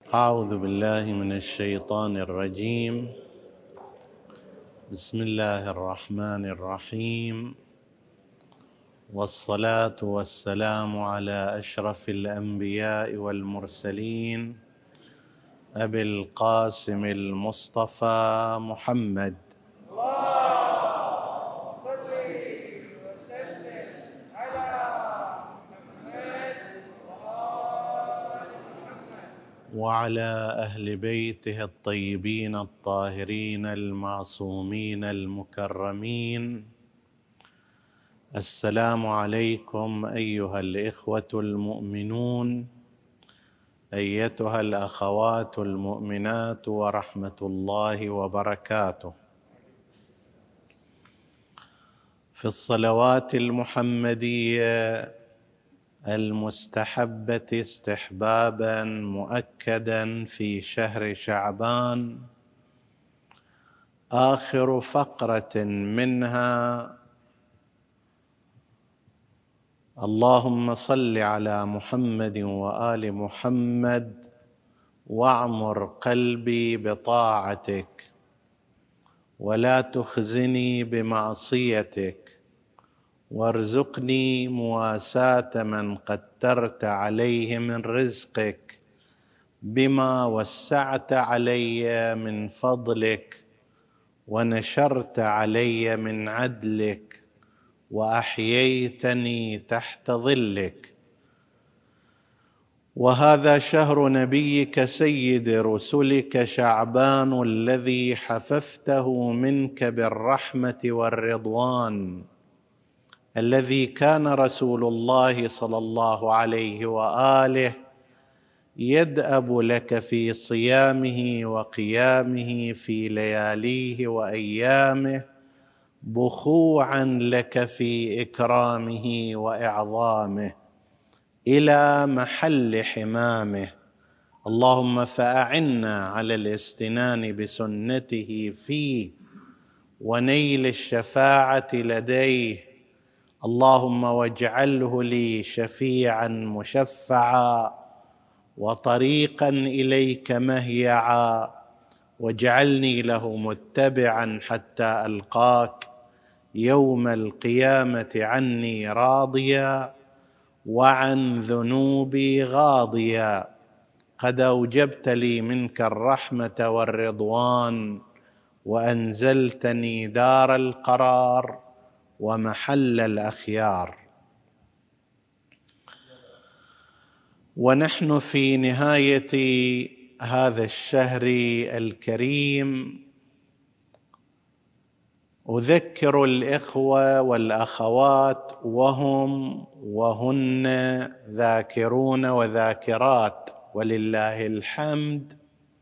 أعوذ بالله من الشيطان الرجيم. بسم الله الرحمن الرحيم، والصلاة والسلام على أشرف الأنبياء والمرسلين أبي القاسم المصطفى محمد وعلى أهل بيته الطيبين الطاهرين المعصومين المكرمين. السلام عليكم أيها الإخوة المؤمنون، أيتها الأخوات المؤمنات، ورحمة الله وبركاته. في الصلوات المحمدية المستحبة استحبابا مؤكدا في شهر شعبان، آخر فقرة منها: اللهم صل على محمد وآل محمد واعمر قلبي بطاعتك ولا تخزني بمعصيتك، وارزقني مواساة من قدرت عليه من رزقك بما وسعت علي من فضلك ونشرت علي من عدلك وأحييتني تحت ظلك. وهذا شهر نبيك سيد رسلك شعبان، الذي حففته منك بالرحمة والرضوان، الذي كان رسول الله صلى الله عليه وآله يدأب لك في صيامه وقيامه في لياليه وأيامه، بخوعا لك في إكرامه وإعظامه إلى محل حمامه. اللهم فأعنا على الاستنان بسنته فيه ونيل الشفاعة لديه. اللهم واجعله لي شفيعا مشفعا وطريقا إليك مهيعا، واجعلني له متبعا حتى ألقاك يوم القيامة عني راضيا وعن ذنوبي غاضيا. قد أوجبت لي منك الرحمة والرضوان، وأنزلتني دار القرار ومحل الأخيار. ونحن في نهاية هذا الشهر الكريم، أذكر الإخوة والأخوات وهم وهن ذاكرون وذاكرات ولله الحمد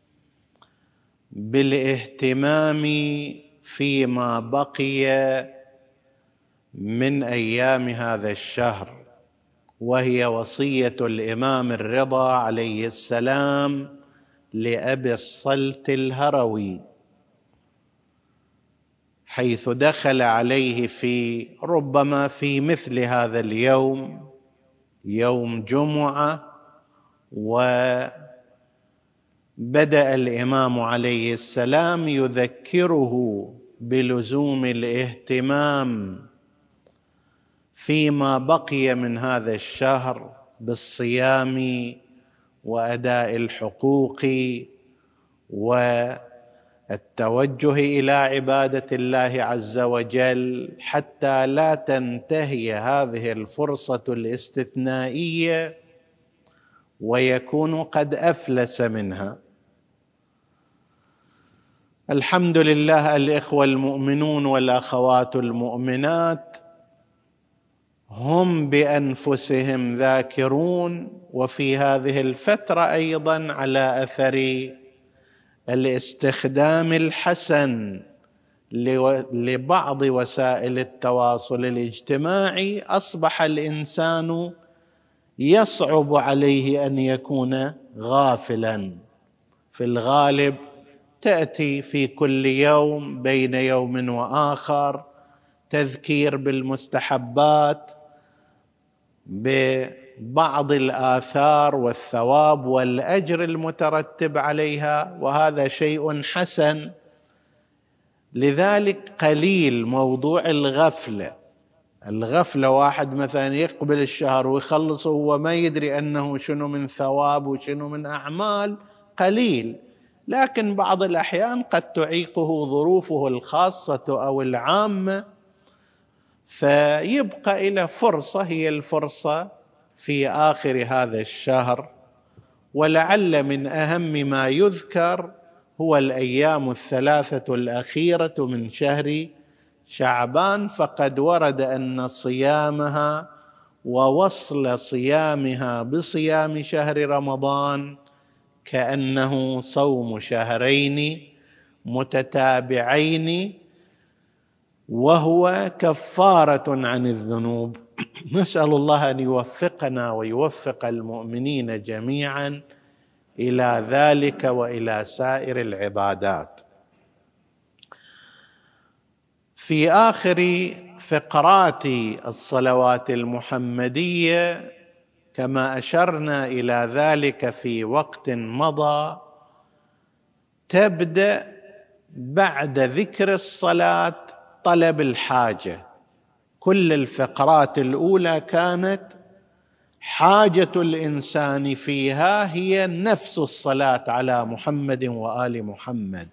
بالاهتمام فيما بقي من أيام هذا الشهر، وهي وصية الإمام الرضا عليه السلام لأبي الصلت الهروي، حيث دخل عليه في ربما في مثل هذا اليوم، يوم جمعة، وبدأ الإمام عليه السلام يذكره بلزوم الاهتمام فيما بقي من هذا الشهر بالصيام وأداء الحقوق والتوجه إلى عبادة الله عز وجل، حتى لا تنتهي هذه الفرصة الاستثنائية ويكون قد أفلس منها. الحمد لله، الإخوة المؤمنون والأخوات المؤمنات هم بأنفسهم ذاكرون، وفي هذه الفترة أيضا على أثر الاستخدام الحسن لبعض وسائل التواصل الاجتماعي، أصبح الإنسان يصعب عليه أن يكون غافلا. في الغالب تأتي في كل يوم بين يوم وآخر تذكير بالمستحبات، بعض الآثار والثواب والأجر المترتب عليها، وهذا شيء حسن. لذلك قليل موضوع الغفلة واحد مثلا يقبل الشهر ويخلصه وهو ما يدري أنه شنو من ثواب وشنو من أعمال، قليل. لكن بعض الأحيان قد تعيقه ظروفه الخاصة أو العامة، فيبقى إلى فرصة، هي الفرصة في آخر هذا الشهر. ولعل من أهم ما يذكر هو الأيام الثلاثة الأخيرة من شهر شعبان، فقد ورد أن صيامها ووصل صيامها بصيام شهر رمضان كأنه صوم شهرين متتابعين، وهو كفارة عن الذنوب. نسأل الله أن يوفقنا ويوفق المؤمنين جميعا إلى ذلك وإلى سائر العبادات. في آخر فقرات الصلوات المحمدية، كما أشرنا إلى ذلك في وقت مضى، تبدأ بعد ذكر الصلاة طلب الحاجة. كل الفقرات الأولى كانت حاجة الإنسان فيها هي نفس الصلاة على محمد وآل محمد.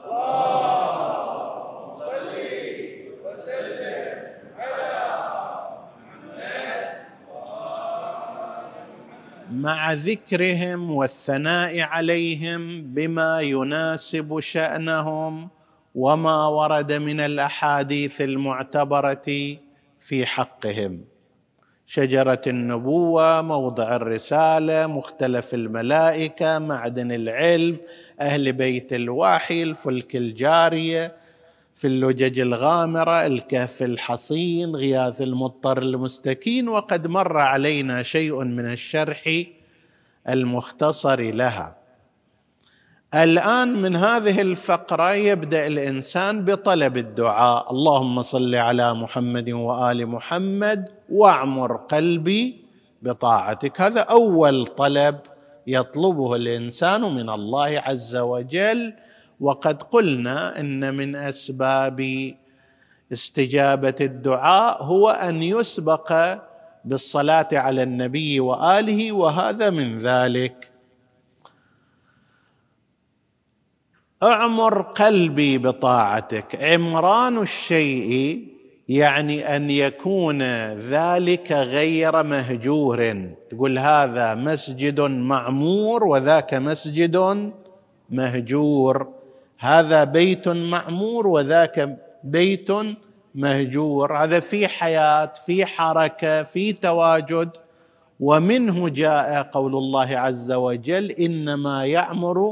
مع ذكرهم والثناء عليهم بما يناسب شأنهم وما ورد من الأحاديث المعتبرة في حقهم: شجرة النبوة، موضع الرسالة، مختلف الملائكة، معدن العلم، أهل بيت الوحي، الفلك الجارية في اللجج الغامرة، الكهف الحصين، غياث المضطر المستكين. وقد مر علينا شيء من الشرح المختصر لها. الآن من هذه الفقرة يبدأ الإنسان بطلب الدعاء: اللهم صل على محمد وآل محمد واعمر قلبي بطاعتك. هذا أول طلب يطلبه الإنسان من الله عز وجل. وقد قلنا إن من أسباب استجابة الدعاء هو أن يسبق بالصلاة على النبي وآله، وهذا من ذلك. اعمر قلبي بطاعتك. عمران الشيء يعني أن يكون ذلك غير مهجور. تقول هذا مسجد معمور وذاك مسجد مهجور، هذا بيت معمور وذاك بيت مهجور. هذا في حياة، في حركة، في تواجد. ومنه جاء قول الله عز وجل: إنما يعمر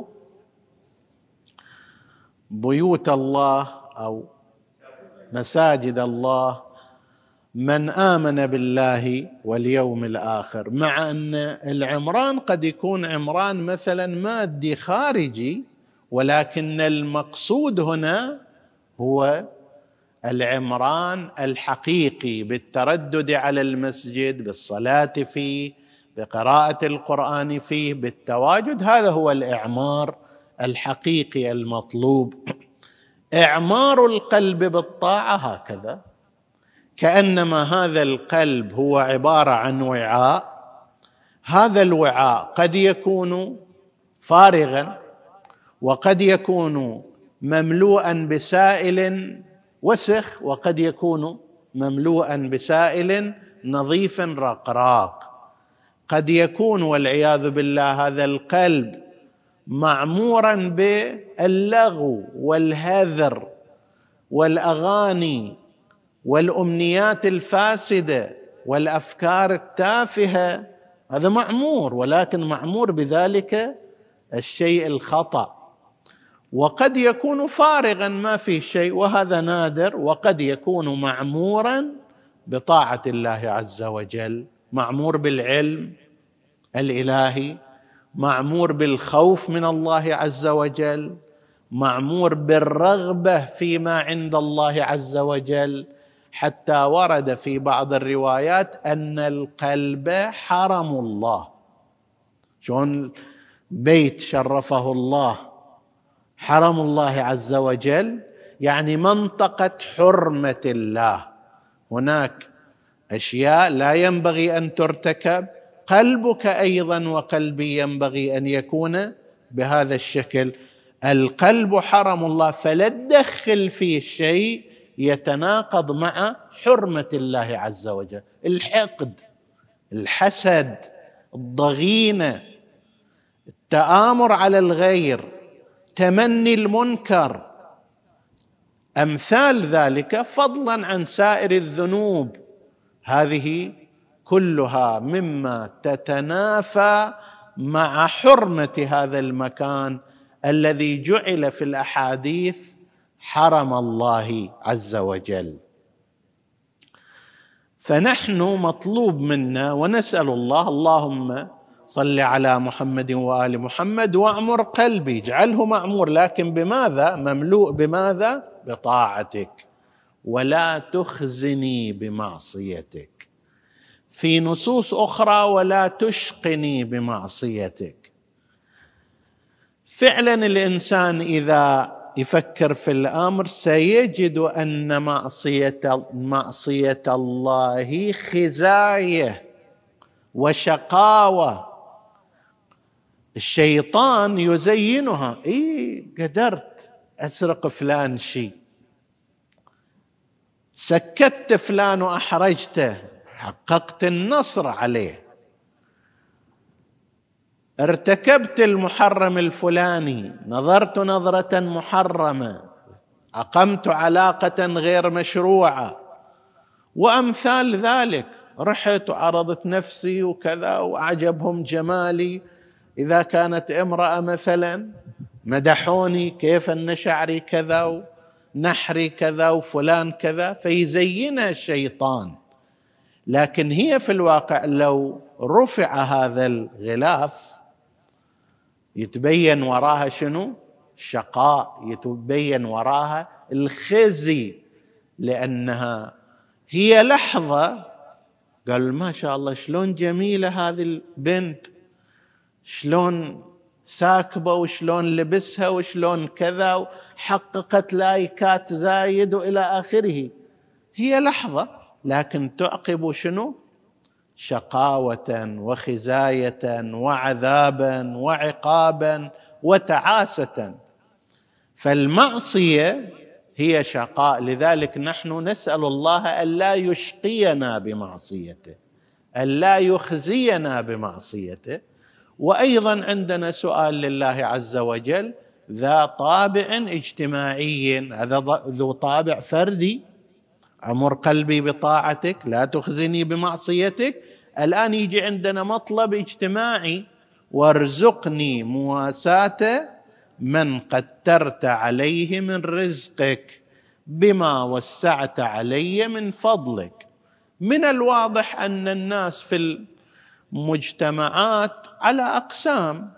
بيوت الله أو مساجد الله من آمن بالله واليوم الآخر. مع أن العمران قد يكون عمران مثلا مادي خارجي، ولكن المقصود هنا هو العمران الحقيقي بالتردد على المسجد، بالصلاة فيه، بقراءة القرآن فيه، بالتواجد. هذا هو الإعمار الحقيقي المطلوب. إعمار القلب بالطاعة هكذا، كأنما هذا القلب هو عبارة عن وعاء. هذا الوعاء قد يكون فارغا، وقد يكون مملوءا بسائل وسخ، وقد يكون مملوءا بسائل نظيف رقراق. قد يكون والعياذ بالله هذا القلب معمورا باللغو والهذر والأغاني والأمنيات الفاسدة والأفكار التافهة. هذا معمور، ولكن معمور بذلك الشيء الخطأ. وقد يكون فارغا ما فيه شيء، وهذا نادر. وقد يكون معمورا بطاعة الله عز وجل، معمور بالعلم الإلهي، معمور بالخوف من الله عز وجل، معمور بالرغبة فيما عند الله عز وجل، حتى ورد في بعض الروايات أن القلب حرم الله. شلون بيت شرفه الله حرم الله عز وجل، يعني منطقة حرمة الله، هناك أشياء لا ينبغي أن ترتكب. قلبك أيضا وقلبي ينبغي أن يكون بهذا الشكل. القلب حرم الله، فلا تدخل فيه شيء يتناقض مع حرمة الله عز وجل. الحقد، الحسد، الضغينة، التآمر على الغير، تمني المنكر، أمثال ذلك، فضلا عن سائر الذنوب، هذه كلها مما تتنافى مع حرمة هذا المكان الذي جعل في الأحاديث حرم الله عز وجل. فنحن مطلوب منا ونسأل الله: اللهم صل على محمد وآل محمد واعمر قلبي، اجعله معمور، لكن بماذا؟ مملوء بماذا؟ بطاعتك، ولا تخزني بمعصيتك. في نصوص أخرى: ولا تشقني بمعصيتك. فعلا الإنسان إذا يفكر في الأمر سيجد أن معصية الله خزاية وشقاوة. الشيطان يزينها: قدرت أسرق فلان شيء، سكت فلان وأحرجته، حققت النصر عليه، ارتكبت المحرم الفلاني، نظرت نظرة محرمة، أقمت علاقة غير مشروعة، وأمثال ذلك. رحت وعرضت نفسي وكذا وأعجبهم جمالي، إذا كانت امرأة مثلا مدحوني كيف أن شعري كذا ونحري كذا وفلان كذا، فيزينها الشيطان. لكن هي في الواقع لو رفع هذا الغلاف يتبين وراها شنو؟ شقاء، يتبين وراها الخزي، لأنها هي لحظة قال ما شاء الله شلون جميلة هذه البنت، شلون ساكبة وشلون لبسها وشلون كذا، وحققت لايكات زايد وإلى آخره. هي لحظة، لكن تعقب شنو؟ شقاوة وخزاية وعذابا وعقابا وتعاسة. فالمعصية هي شقاء، لذلك نحن نسأل الله ألا يشقينا بمعصيته، ألا يخزينا بمعصيته. وأيضا عندنا سؤال لله عز وجل ذا طابع اجتماعي، هذا ذو طابع فردي: أمر قلبي بطاعتك، لا تخزني بمعصيتك. الآن يجي عندنا مطلب اجتماعي: وارزقني مواساة من قدرت عليه من رزقك بما وسعت علي من فضلك. من الواضح أن الناس في المجتمعات على أقسام: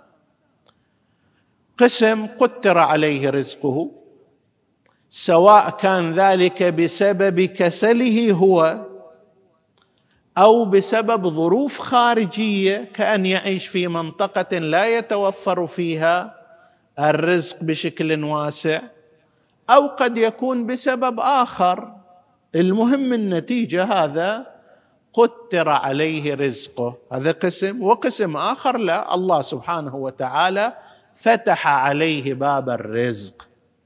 قسم قدر عليه رزقه، سواء كان ذلك بسبب كسله هو أو بسبب ظروف خارجية، كأن يعيش في منطقة لا يتوفر فيها الرزق بشكل واسع، أو قد يكون بسبب آخر. المهم النتيجة هذا قدر عليه رزقه، هذا قسم. وقسم آخر لا، الله سبحانه وتعالى فتح عليه باب الرزق،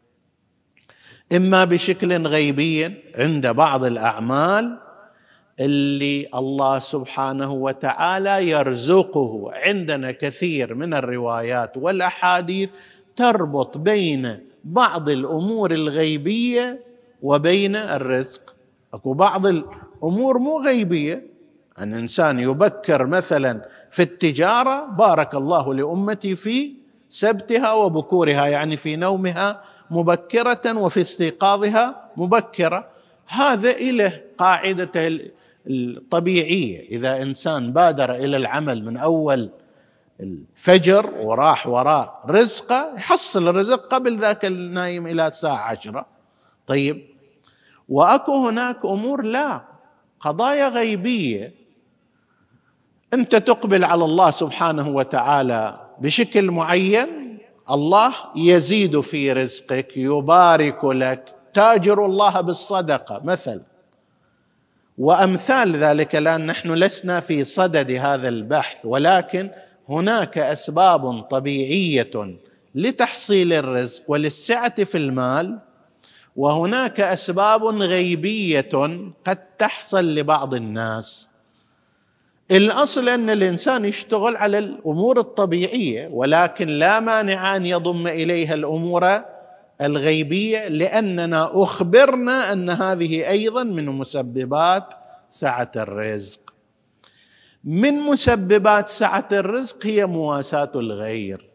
إما بشكل غيبي عند بعض الأعمال اللي الله سبحانه وتعالى يرزقه. عندنا كثير من الروايات والأحاديث تربط بين بعض الأمور الغيبية وبين الرزق. أكو بعض الأمور مو غيبية، أن إنسان يبكر مثلا في التجارة: بارك الله لأمتي في سبتها وبكورها، يعني في نومها مبكرة وفي استيقاظها مبكرة. هذا إله قاعدته الطبيعية، إذا إنسان بادر إلى العمل من أول الفجر وراح وراء رزقه يحصل الرزق قبل ذاك النايم إلى الساعة 10. طيب، واكو هناك امور لا، قضايا غيبيه انت تقبل على الله سبحانه وتعالى بشكل معين، الله يزيد في رزقك، يبارك لك، تاجر الله بالصدقه مثلا وامثال ذلك. لان نحن لسنا في صدد هذا البحث، ولكن هناك اسباب طبيعيه لتحصيل الرزق وللسعه في المال، وهناك اسباب غيبيه قد تحصل لبعض الناس. الاصل ان الانسان يشتغل على الامور الطبيعيه، ولكن لا مانع ان يضم اليها الامور الغيبيه، لاننا اخبرنا ان هذه ايضا من مسببات سعه الرزق. من مسببات سعه الرزق هي مواساه الغير.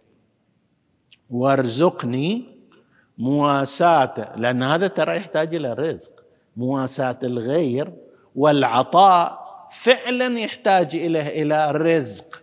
وارزقني مواساة، لأن هذا ترى يحتاج إلى رزق. مواساة الغير والعطاء فعلا يحتاج إلى رزق.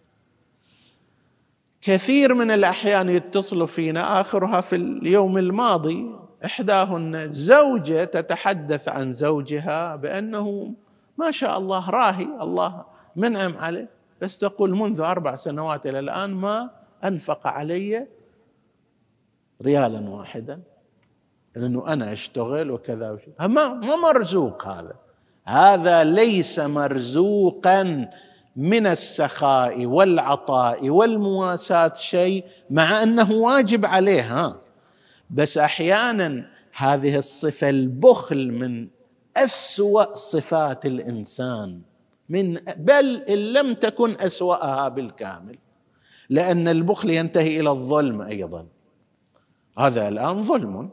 كثير من الأحيان يتصلوا فينا، آخرها في اليوم الماضي إحداهن زوجة تتحدث عن زوجها بأنه ما شاء الله راهي، الله منعم عليه، بس تقول منذ 4 سنوات إلى الآن ما أنفق علي ريالا واحدا، لأنه أنا أشتغل وكذا وشذا. ما مرزوق هذا ليس مرزوقا من السخاء والعطاء والمواساة شيء، مع أنه واجب عليها. بس أحيانا هذه الصفة البخل من أسوأ صفات الإنسان، بل إن لم تكن أسوأها بالكامل، لأن البخل ينتهي إلى الظلم أيضا. هذا الآن ظلم،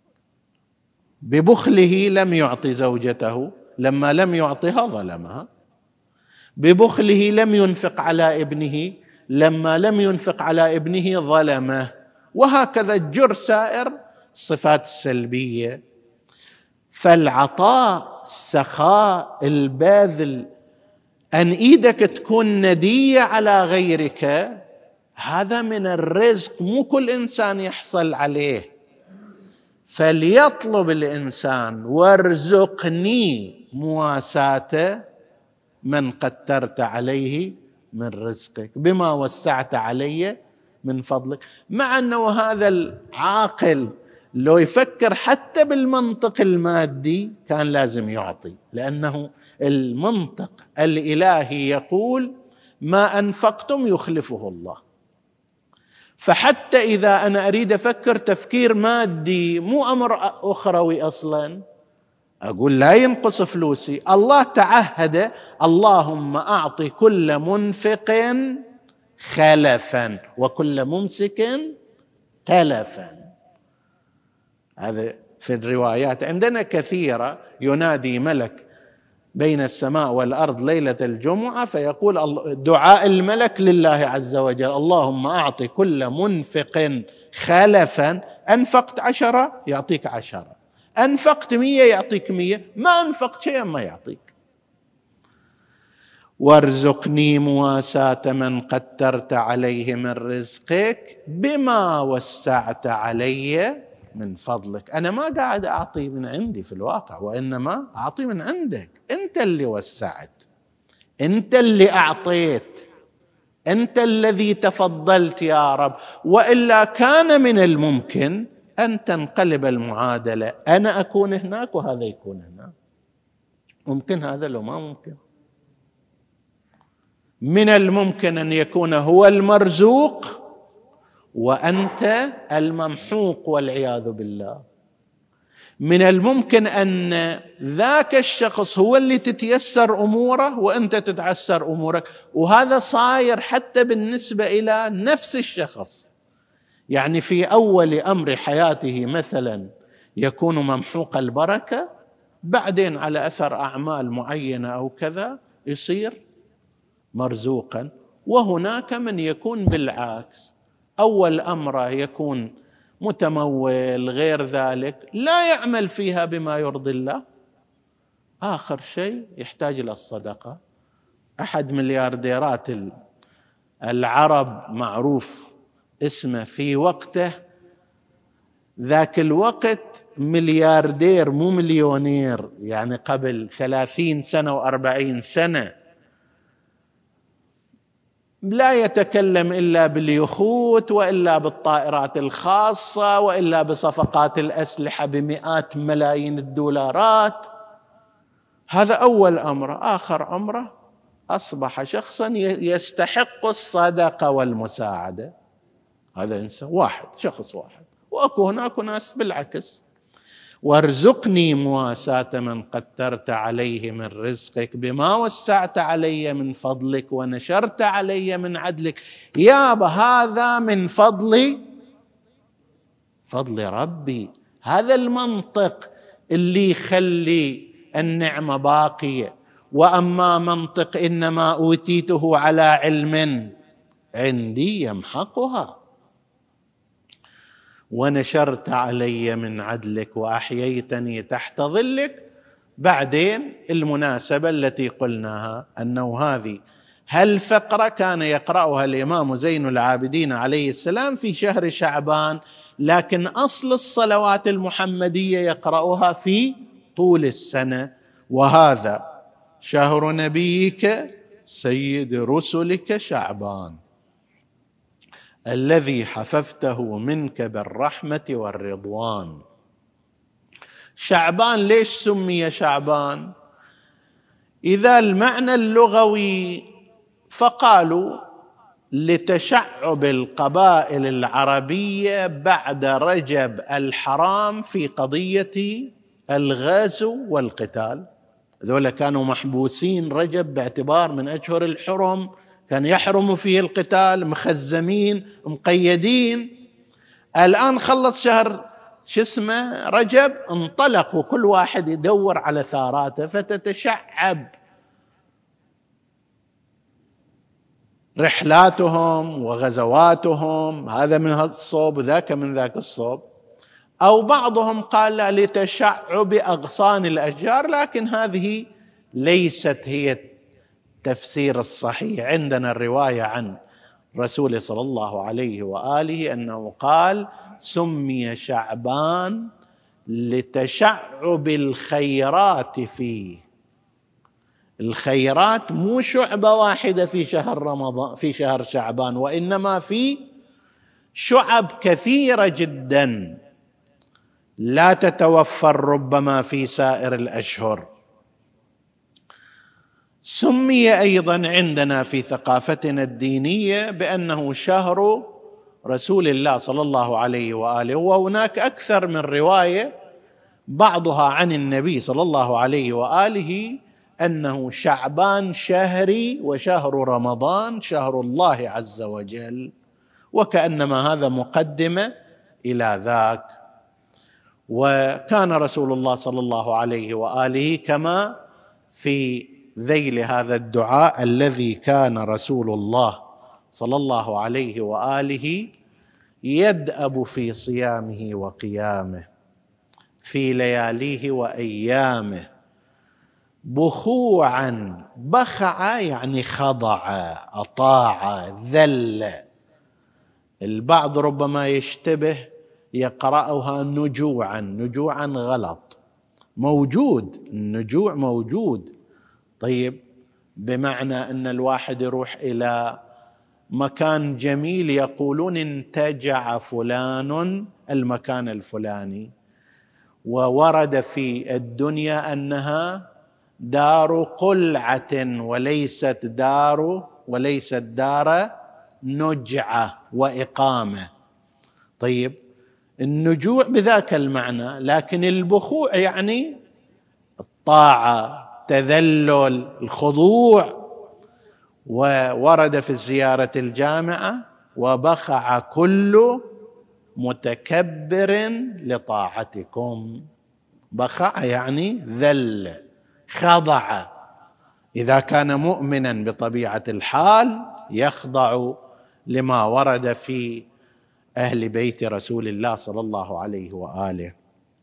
ببخله لم يعطي زوجته، لما لم يعطها ظلمها. ببخله لم ينفق على ابنه، لما لم ينفق على ابنه ظلمه. وهكذا الجر سائر الصفات السلبية. فالعطاء، السخاء، البذل، أن إيدك تكون ندية على غيرك، هذا من الرزق، مو كل إنسان يحصل عليه. فليطلب الإنسان وارزقني مواساة من قدرت عليه من رزقك، بما وسعت علي من فضلك. مع أنه هذا العاقل لو يفكر حتى بالمنطق المادي كان لازم يعطي، لأنه المنطق الإلهي يقول ما أنفقتم يخلفه الله. فحتى إذا أنا أريد أفكر تفكير مادي مو أمر أخروي أصلا، أقول لا ينقص فلوسي، الله تعهد اللهم أعطي كل منفق خلفا وكل ممسك تلفا. هذا في الروايات عندنا كثيرة. ينادي ملك بين السماء والأرض ليلة الجمعة فيقول دعاء الملك لله عز وجل: اللهم أعطي كل منفق خلفا. أنفقت 10 يعطيك 10، أنفقت 100 يعطيك 100، ما أنفقت شيئا ما يعطيك. وارزقني مواساة من قدرت عليه من رزقك بما وسعت علي من فضلك. أنا ما قاعد أعطي من عندي في الواقع، وإنما أعطي من عندك. أنت اللي وسعت، أنت اللي أعطيت، أنت الذي تفضلت يا رب. وإلا كان من الممكن أن تنقلب المعادلة، أنا أكون هناك وهذا يكون هناك. ممكن هذا لو ما ممكن. من الممكن أن يكون هو المرزوق وأنت الممحوق والعياذ بالله. من الممكن أن ذاك الشخص هو اللي تتيسر أموره وأنت تتعسر أمورك. وهذا صاير حتى بالنسبة إلى نفس الشخص. يعني في أول أمر حياته مثلا يكون ممحوق البركة، بعدين على أثر أعمال معينة أو كذا يصير مرزوقا. وهناك من يكون بالعكس، أول أمره يكون متمول غير ذلك، لا يعمل فيها بما يرضي الله، آخر شيء يحتاج إلى الصدقة. أحد مليارديرات العرب معروف اسمه في وقته، ذاك الوقت ملياردير مو مليونير، يعني قبل 30 سنة و40 سنة لا يتكلم إلا باليخوت وإلا بالطائرات الخاصة وإلا بصفقات الأسلحة بمئات ملايين الدولارات. هذا أول أمره. آخر أمره أصبح شخصا يستحق الصدقة والمساعدة. هذا إنسان واحد، شخص واحد. وأكو هناك ناس بالعكس: وارزقني مواساة من قدرت عليه من رزقك بما وسعت علي من فضلك ونشرت علي من عدلك. يابا هذا من فضل ربي. هذا المنطق اللي يخلي النعمة باقية. وأما منطق إنما أوتيته على علم عندي يمحقها. ونشرت علي من عدلك وأحييتني تحت ظلك. بعدين المناسبة التي قلناها أنه هذه هالفقرة كان يقرأها الإمام زين العابدين عليه السلام في شهر شعبان، لكن أصل الصلوات المحمدية يقرأها في طول السنة. وهذا شهر نبيك سيد رسلك شعبان الذي حففته منك بالرحمة والرضوان. شعبان ليش سمي شعبان؟ إذا المعنى اللغوي فقالوا لتشعب القبائل العربية بعد رجب الحرام في قضية الغزو والقتال. ذولا كانوا محبوسين رجب باعتبار من أشهر الحرم، كان يحرم فيه القتال، مخزمين مقيدين. الآن خلص شهر رجب، انطلقوا كل واحد يدور على ثاراته، فتتشعب رحلاتهم وغزواتهم، هذا من هذا الصوب وذاك من ذاك الصوب. أو بعضهم قال لتشعب أغصان الأشجار، لكن هذه ليست هي التفسير الصحيح. عندنا الرواية عن رسول صلى الله عليه وآله أنه قال: سمي شعبان لتشعب الخيرات فيه. الخيرات مو شعبة واحدة في شهر رمضان في شهر شعبان، وإنما في شعب كثيرة جدا لا تتوفر ربما في سائر الأشهر. سمي أيضا عندنا في ثقافتنا الدينية بأنه شهر رسول الله صلى الله عليه وآله. وهناك أكثر من رواية بعضها عن النبي صلى الله عليه وآله أنه شعبان شهري وشهر رمضان شهر الله عز وجل، وكأنما هذا مقدمة إلى ذاك. وكان رسول الله صلى الله عليه وآله كما في ذيل هذا الدعاء الذي كان رسول الله صلى الله عليه وآله يدأب في صيامه وقيامه في لياليه وأيامه بخوعا. بخع يعني خضع، أطاع، ذل. البعض ربما يشتبه يقرأها نجوعا. نجوعا غلط، موجود النجوع موجود. طيب، بمعنى أن الواحد يروح إلى مكان جميل يقولون انتجع فلان المكان الفلاني، وورد في الدنيا أنها دار قلعة وليست دار نجعة وإقامة. طيب، النجوع بذاك المعنى، لكن البخوع يعني الطاعة، تذلل، الخضوع. وورد في الزيارة الجامعة: وبخع كل متكبر لطاعتكم. بخع يعني ذل، خضع. إذا كان مؤمنا بطبيعة الحال يخضع لما ورد في أهل بيت رسول الله صلى الله عليه وآله.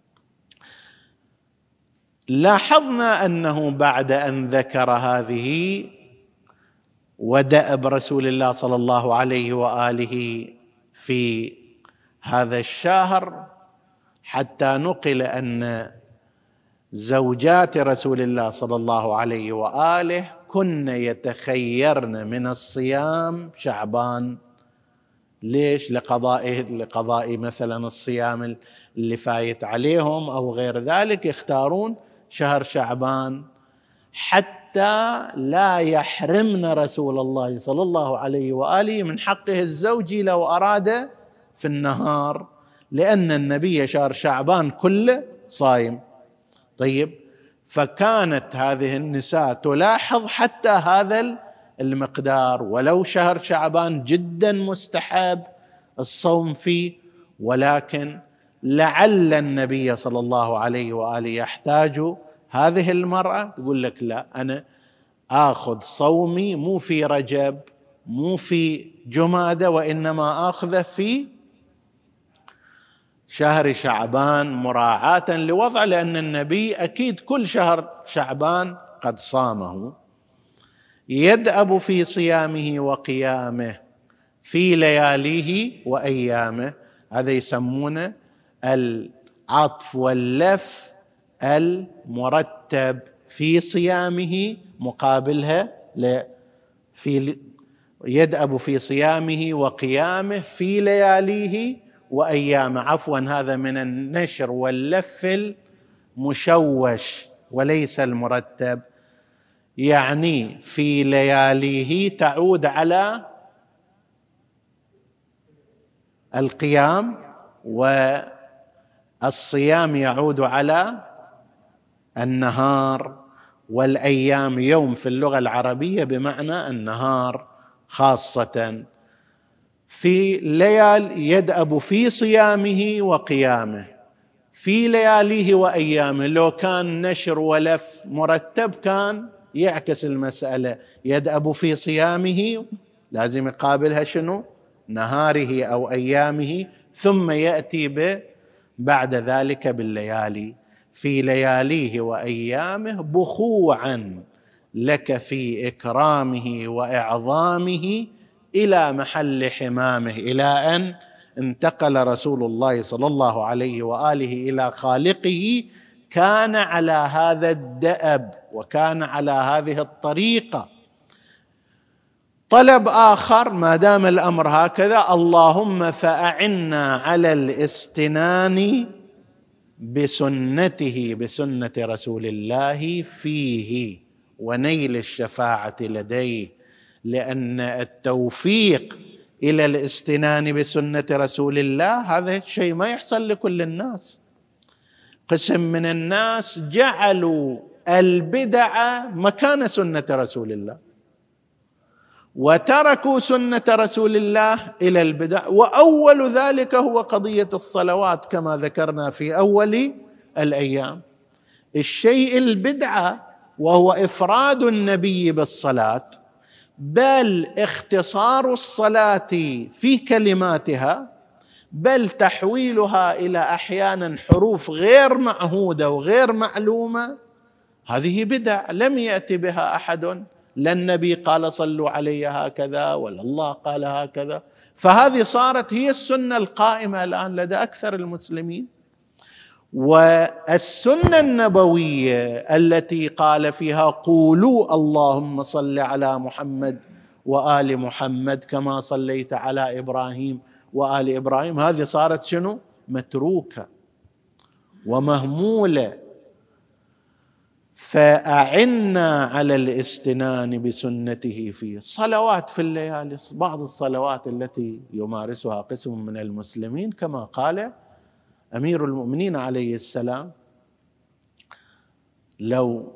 لاحظنا أنه بعد أن ذكر هذه ودأب رسول الله صلى الله عليه وآله في هذا الشهر، حتى نقل أن زوجات رسول الله صلى الله عليه وآله كن يتخيرن من الصيام شعبان. ليش؟ لقضاء مثلا الصيام اللي فايت عليهم أو غير ذلك، يختارون شهر شعبان حتى لا يحرمن رسول الله صلى الله عليه وآله من حقه الزوجي لو أراد في النهار، لأن النبي شهر شعبان كله صايم. طيب، فكانت هذه النساء تلاحظ حتى هذا المقدار، ولو شهر شعبان جدا مستحب الصوم فيه، ولكن لعل النبي صلى الله عليه وآله يحتاج هذه المرأة، تقول لك لا، أنا آخذ صومي مو في رجب مو في جمادة، وإنما آخذه في شهر شعبان مراعاة لوضع، لأن النبي أكيد كل شهر شعبان قد صامه. يدأب في صيامه وقيامه في لياليه وأيامه، هذا يسمونه العطف واللف المرتب، في صيامه مقابلها يدأب في صيامه وقيامه في لياليه وأيامه. عفوا، هذا من النشر واللف المشوش وليس المرتب، يعني في لياليه تعود على القيام، والصيام يعود على النهار، والأيام يوم في اللغة العربية بمعنى النهار خاصة. في ليال يدأب في صيامه وقيامه في لياليه وأيامه. لو كان نشر ولف مرتب كان يعكس المسألة، يدأب في صيامه لازم يقابلها شنو؟ نهاره أو أيامه، ثم يأتي بعد ذلك بالليالي. في لياليه وأيامه بخوعا لك في إكرامه وإعظامه إلى محل حمامه، إلى أن انتقل رسول الله صلى الله عليه وآله إلى خالقه، كان على هذا الدأب وكان على هذه الطريقة. طلب آخر ما دام الأمر هكذا: اللهم فأعنا على الاستنان بسنته، بسنة رسول الله فيه، ونيل الشفاعة لديه، لأن التوفيق إلى الاستنان بسنة رسول الله هذا شيء ما يحصل لكل الناس. قسم من الناس جعلوا البدع مكان سنة رسول الله، وتركوا سنة رسول الله إلى البدع، وأول ذلك هو قضية الصلوات كما ذكرنا في أول الأيام. الشيء البدعة وهو إفراد النبي بالصلاة، بل اختصار الصلاة في كلماتها، بل تحويلها إلى أحيانا حروف غير معهودة وغير معلومة، هذه بدع لم يأتي بها أحد، لا النبي قال صلوا علي هكذا ولا الله قال هكذا. فهذه صارت هي السنة القائمة الآن لدى أكثر المسلمين. والسنة النبوية التي قال فيها قولوا اللهم صل على محمد وآل محمد كما صليت على إبراهيم وآل إبراهيم، هذه صارت شنو؟ متروكة ومهمولة. فأعنا على الاستنان بسنته فيه. صلوات في الليالي، بعض الصلوات التي يمارسها قسم من المسلمين كما قال أمير المؤمنين عليه السلام: لو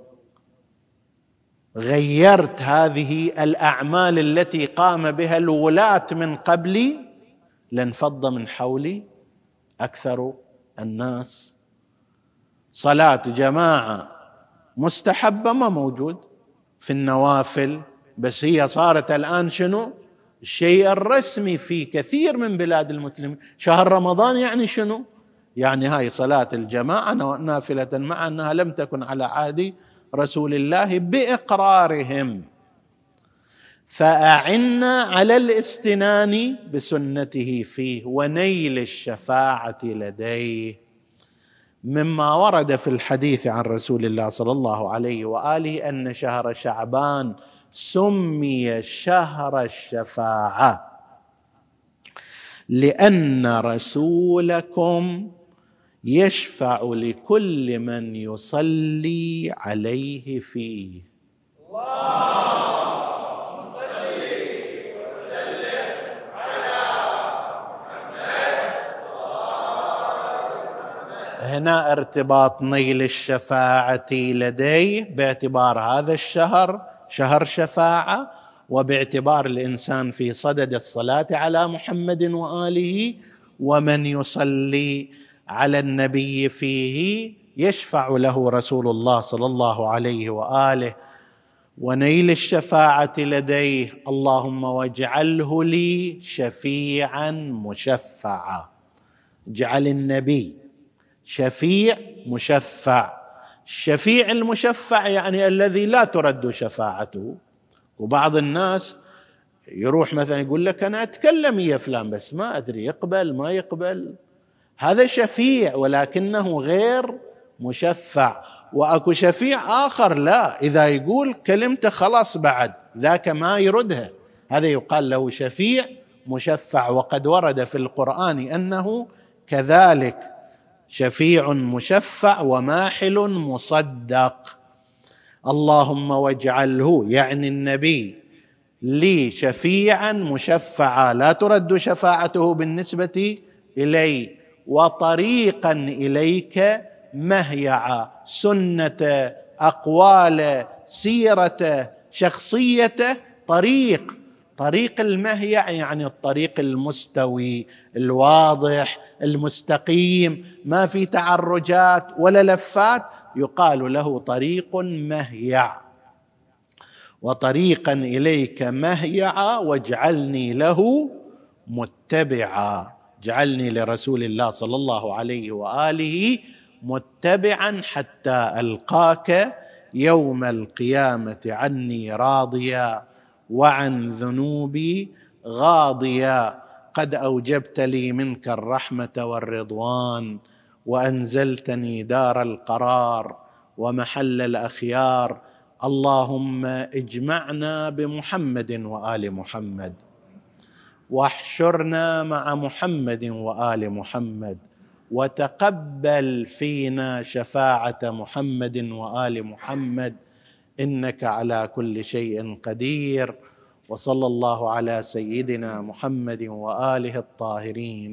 غيرت هذه الأعمال التي قام بها الولاة من قبلي لانفض من حولي أكثر الناس. صلاة جماعة مستحبة ما موجود في النوافل، بس هي صارت الآن شنو؟ الشيء الرسمي في كثير من بلاد المسلمين. شهر رمضان يعني شنو؟ يعني هاي صلاة الجماعة نافلة، مع أنها لم تكن على عهد رسول الله بإقرارهم. فأعنا على الاستنان بسنته فيه ونيل الشفاعة لديه. مما ورد في الحديث عن رسول الله صلى الله عليه وآله أن شهر شعبان سمي شهر الشفاعة لأن رسولكم يشفع لكل من يصلي عليه فيه. اللهم صل وسلم على محمد. هنا ارتباط نيل الشفاعة لديه باعتبار هذا الشهر شهر شفاعة، وباعتبار الإنسان في صدد الصلاة على محمد وآله، ومن يصلي على النبي فيه يشفع له رسول الله صلى الله عليه وآله. ونيل الشفاعة لديه اللهم واجعله لي شفيعا مشفعا. اجعل النبي شفيع مشفع. الشفيع المشفع يعني الذي لا ترد شفاعته. وبعض الناس يروح مثلا يقول لك أنا أتكلم يا فلان بس ما أدري يقبل ما يقبل، هذا شفيع ولكنه غير مشفع. وأكو شفيع آخر لا، إذا يقول كلمته خلاص بعد ذاك ما يردها، هذا يقال له شفيع مشفع. وقد ورد في القرآن أنه كذلك شفيع مشفع وماحل مصدق. اللهم واجعله يعني النبي لي شفيعا مشفعا لا ترد شفاعته بالنسبة إلي، وطريقا إليك مهيعا، سنة أقوال سيرة شخصيته طريق المهيع يعني الطريق المستوي الواضح المستقيم ما في تعرجات ولا لفات، يقال له طريق مهيع. وطريقا إليك مهيعا واجعلني له متبعا، اجعلني لرسول الله صلى الله عليه وآله متبعا حتى ألقاك يوم القيامة عني راضيا وعن ذنوبي غاضيا. قد أوجبت لي منك الرحمة والرضوان وأنزلتني دار القرار ومحل الأخيار. اللهم اجمعنا بمحمد وآل محمد، واحشرنا مع محمد وآل محمد، وتقبل فينا شفاعة محمد وآل محمد، إنك على كل شيء قدير. وصلى الله على سيدنا محمد وآله الطاهرين.